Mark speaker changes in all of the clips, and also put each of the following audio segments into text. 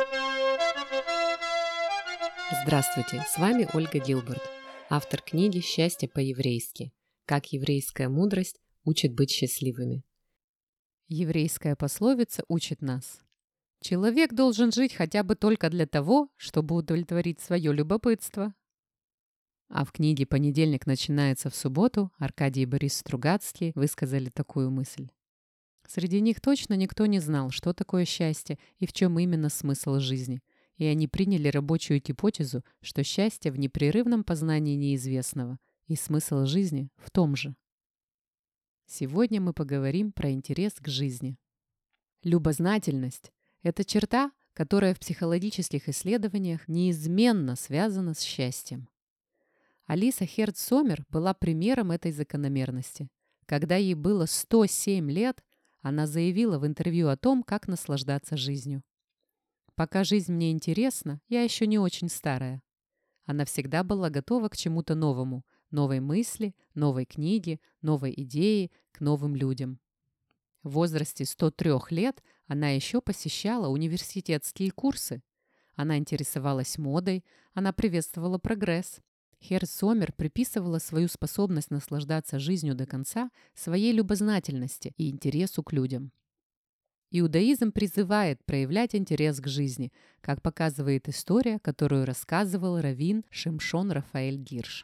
Speaker 1: Здравствуйте, с вами Ольга Гилберт, автор книги «Счастье по-еврейски. Как еврейская мудрость учит быть счастливыми». Еврейская пословица учит нас: человек должен жить хотя бы только для того, чтобы удовлетворить свое любопытство. А в книге «Понедельник начинается в субботу» Аркадий и Борис Стругацкие высказали такую мысль. Среди них точно никто не знал, что такое счастье и в чем именно смысл жизни. И они приняли рабочую гипотезу, что счастье в непрерывном познании неизвестного, и смысл жизни в том же. Сегодня мы поговорим про интерес к жизни. Любознательность – это черта, которая в психологических исследованиях неизменно связана с счастьем. Алиса Херц-Сомер была примером этой закономерности. Когда ей было 107 лет, она заявила в интервью о том, как наслаждаться жизнью. «Пока жизнь мне интересна, я еще не очень старая». Она всегда была готова к чему-то новому, новой мысли, новой книге, новой идее, к новым людям. В возрасте 103 лет она еще посещала университетские курсы. Она интересовалась модой, она приветствовала прогресс. Херц-Сомер приписывала свою способность наслаждаться жизнью до конца своей любознательности и интересу к людям. Иудаизм призывает проявлять интерес к жизни, как показывает история, которую рассказывал раввин Шимшон Рафаэль Гирш.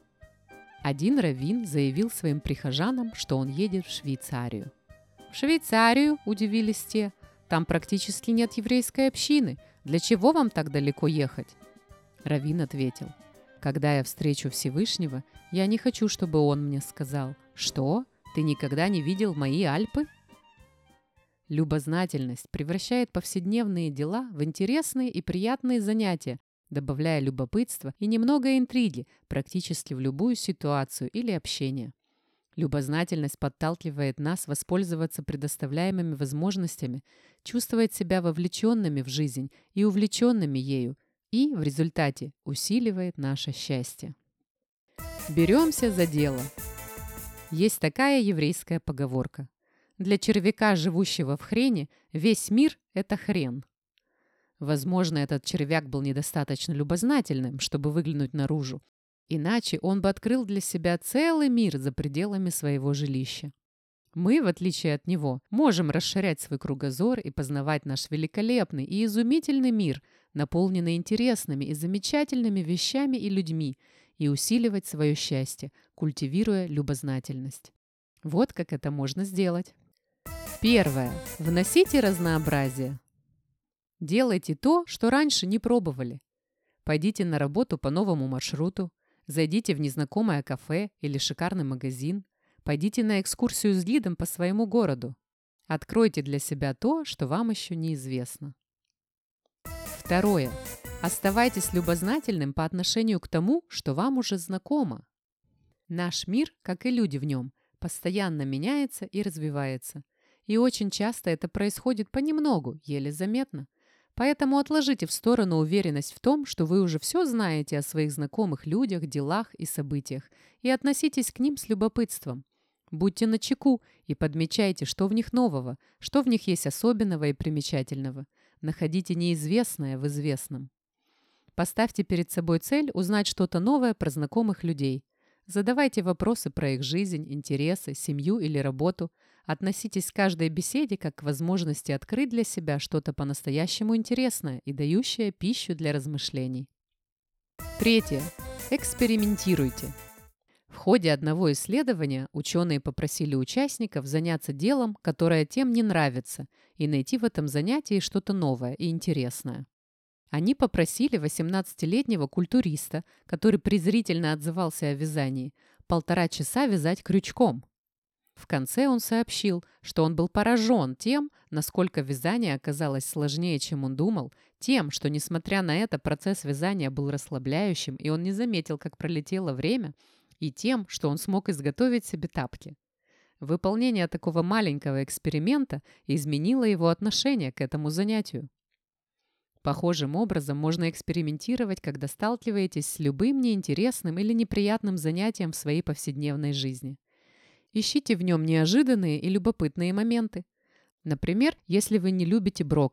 Speaker 1: Один раввин заявил своим прихожанам, что он едет в Швейцарию. «В Швейцарию?» – удивились те. «Там практически нет еврейской общины. Для чего вам так далеко ехать?» Раввин ответил: «Когда я встречу Всевышнего, я не хочу, чтобы он мне сказал: „Что? Ты никогда не видел мои Альпы?“» Любознательность превращает повседневные дела в интересные и приятные занятия, добавляя любопытства и немного интриги практически в любую ситуацию или общение. Любознательность подталкивает нас воспользоваться предоставляемыми возможностями, чувствовать себя вовлеченными в жизнь и увлеченными ею, и в результате усиливает наше счастье. Беремся за дело. Есть такая еврейская поговорка: для червяка, живущего в хрене, весь мир – это хрен. Возможно, этот червяк был недостаточно любознательным, чтобы выглянуть наружу. Иначе он бы открыл для себя целый мир за пределами своего жилища. Мы, в отличие от него, можем расширять свой кругозор и познавать наш великолепный и изумительный мир, наполненный интересными и замечательными вещами и людьми, и усиливать свое счастье, культивируя любознательность. Вот как это можно сделать. Первое. Вносите разнообразие. Делайте то, что раньше не пробовали. Пойдите на работу по новому маршруту, зайдите в незнакомое кафе или шикарный магазин, пойдите на экскурсию с гидом по своему городу. Откройте для себя то, что вам еще неизвестно. Второе. Оставайтесь любознательным по отношению к тому, что вам уже знакомо. Наш мир, как и люди в нем, постоянно меняется и развивается. И очень часто это происходит понемногу, еле заметно. Поэтому отложите в сторону уверенность в том, что вы уже все знаете о своих знакомых людях, делах и событиях, и относитесь к ним с любопытством. Будьте начеку и подмечайте, что в них нового, что в них есть особенного и примечательного. Находите неизвестное в известном. Поставьте перед собой цель узнать что-то новое про знакомых людей. Задавайте вопросы про их жизнь, интересы, семью или работу. Относитесь к каждой беседе как к возможности открыть для себя что-то по-настоящему интересное и дающее пищу для размышлений. Третье. Экспериментируйте. В ходе одного исследования ученые попросили участников заняться делом, которое тем не нравится, и найти в этом занятии что-то новое и интересное. Они попросили 18-летнего культуриста, который презрительно отзывался о вязании, 1,5 часа вязать крючком. В конце он сообщил, что он был поражен тем, насколько вязание оказалось сложнее, чем он думал, тем, что, несмотря на это, процесс вязания был расслабляющим, и он не заметил, как пролетело время, и тем, что он смог изготовить себе тапки. Выполнение такого маленького эксперимента изменило его отношение к этому занятию. Похожим образом можно экспериментировать, когда сталкиваетесь с любым неинтересным или неприятным занятием в своей повседневной жизни. Ищите в нем неожиданные и любопытные моменты. Например, если вы не любите брокколи,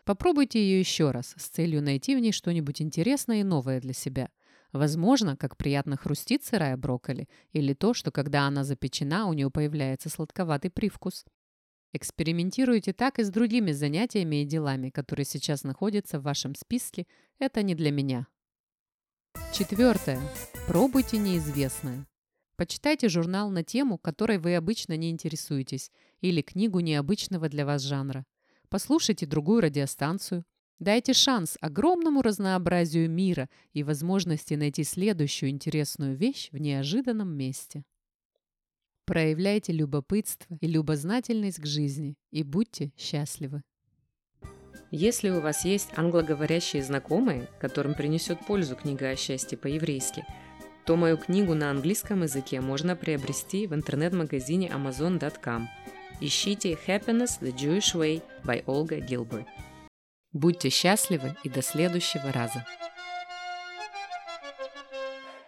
Speaker 1: Попробуйте ее еще раз с целью найти в ней что-нибудь интересное и новое для себя. Возможно, как приятно хрустит сырая брокколи, или то, что когда она запечена, у нее появляется сладковатый привкус. Экспериментируйте так и с другими занятиями и делами, которые сейчас находятся в вашем списке. Это не для меня. 4. Пробуйте неизвестное. Почитайте журнал на тему, которой вы обычно не интересуетесь, или книгу необычного для вас жанра. Послушайте другую радиостанцию. Дайте шанс огромному разнообразию мира и возможности найти следующую интересную вещь в неожиданном месте. Проявляйте любопытство и любознательность к жизни и будьте счастливы.
Speaker 2: Если у вас есть англоговорящие знакомые, которым принесет пользу книга о счастье по-еврейски, то мою книгу на английском языке можно приобрести в интернет-магазине amazon.com. Ищите Happiness the Jewish Way by Olga Gilbert.
Speaker 1: Будьте счастливы и до следующего раза.